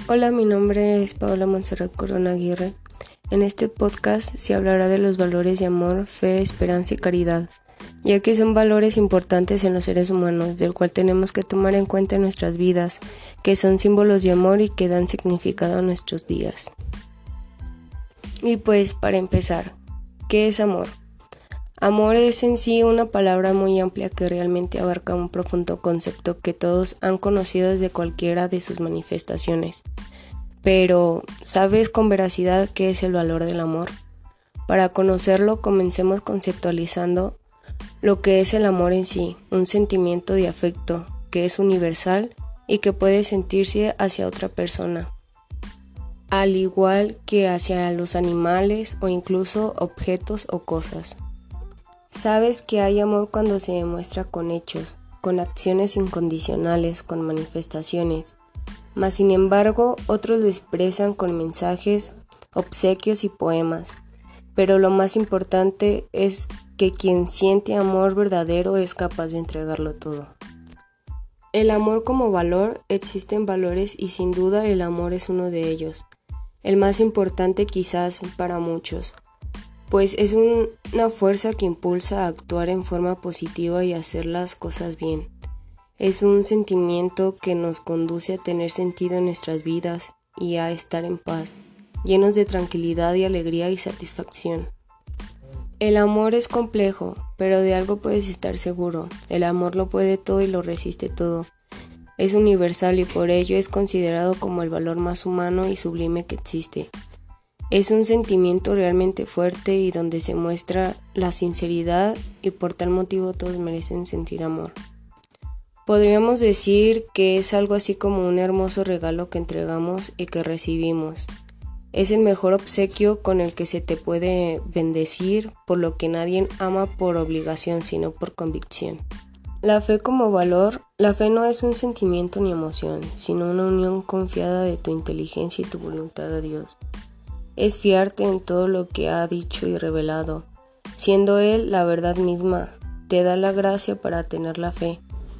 Hola, mi nombre es Paola Montserrat Corona Aguirre. En este podcast se hablará de los valores de amor, fe, esperanza y caridad, ya que son valores importantes en los seres humanos, del cual tenemos que tomar en cuenta en nuestras vidas, que son símbolos de amor y que dan significado a nuestros días. Y pues, para empezar, ¿qué es amor? Amor es en sí una palabra muy amplia que realmente abarca un profundo concepto que todos han conocido desde cualquiera de sus manifestaciones. Pero, ¿sabes con veracidad qué es el valor del amor? Para conocerlo, comencemos conceptualizando lo que es el amor en sí, un sentimiento de afecto que es universal y que puede sentirse hacia otra persona, al igual que hacia los animales o incluso objetos o cosas. Sabes que hay amor cuando se demuestra con hechos, con acciones incondicionales, con manifestaciones. Mas sin embargo, otros lo expresan con mensajes, obsequios y poemas. Pero lo más importante es que quien siente amor verdadero es capaz de entregarlo todo. El amor como valor, existen valores y sin duda el amor es uno de ellos. El más importante quizás para muchos, pues es una fuerza que impulsa a actuar en forma positiva y hacer las cosas bien. Es un sentimiento que nos conduce a tener sentido en nuestras vidas y a estar en paz, llenos de tranquilidad y alegría y satisfacción. El amor es complejo, pero de algo puedes estar seguro. El amor lo puede todo y lo resiste todo. Es universal y por ello es considerado como el valor más humano y sublime que existe. Es un sentimiento realmente fuerte y donde se muestra la sinceridad y por tal motivo todos merecen sentir amor. Podríamos decir que es algo así como un hermoso regalo que entregamos y que recibimos. Es el mejor obsequio con el que se te puede bendecir, por lo que nadie ama por obligación, sino por convicción. La fe como valor, la fe no es un sentimiento ni emoción, sino una unión confiada de tu inteligencia y tu voluntad a Dios. Es fiarte en todo lo que ha dicho y revelado, siendo Él la verdad misma, te da la gracia para tener la fe.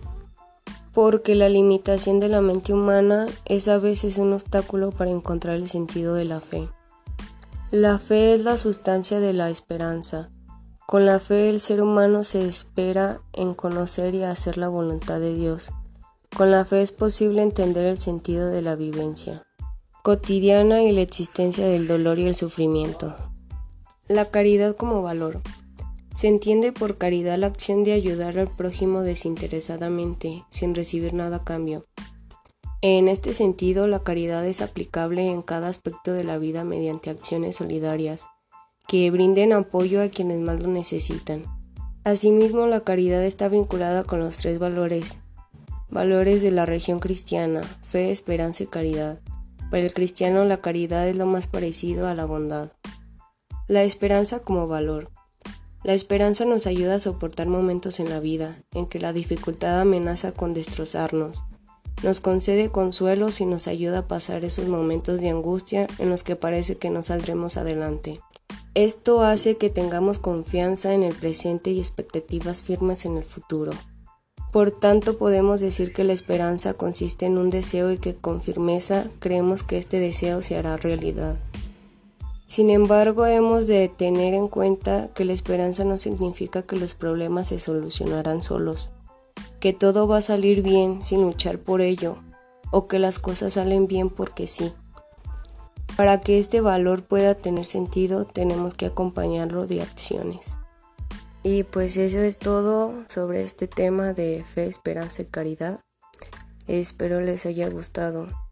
Porque la limitación de la mente humana es a veces un obstáculo para encontrar el sentido de la fe. La fe es la sustancia de la esperanza. Con la fe el ser humano se espera en conocer y hacer la voluntad de Dios. Con la fe es posible entender el sentido de la vivencia cotidiana y la existencia del dolor y el sufrimiento. La caridad como valor. Se entiende por caridad la acción de ayudar al prójimo desinteresadamente, sin recibir nada a cambio. En este sentido, la caridad es aplicable en cada aspecto de la vida mediante acciones solidarias, que brinden apoyo a quienes más lo necesitan. Asimismo, la caridad está vinculada con los tres valores de la religión cristiana: fe, esperanza y caridad. Para el cristiano, la caridad es lo más parecido a la bondad. La esperanza como valor. La esperanza nos ayuda a soportar momentos en la vida en que la dificultad amenaza con destrozarnos. Nos concede consuelos y nos ayuda a pasar esos momentos de angustia en los que parece que no saldremos adelante. Esto hace que tengamos confianza en el presente y expectativas firmes en el futuro. Por tanto, podemos decir que la esperanza consiste en un deseo y que con firmeza creemos que este deseo se hará realidad. Sin embargo, hemos de tener en cuenta que la esperanza no significa que los problemas se solucionarán solos, que todo va a salir bien sin luchar por ello, o que las cosas salen bien porque sí. Para que este valor pueda tener sentido, tenemos que acompañarlo de acciones. Y pues eso es todo sobre este tema de fe, esperanza y caridad. Espero les haya gustado.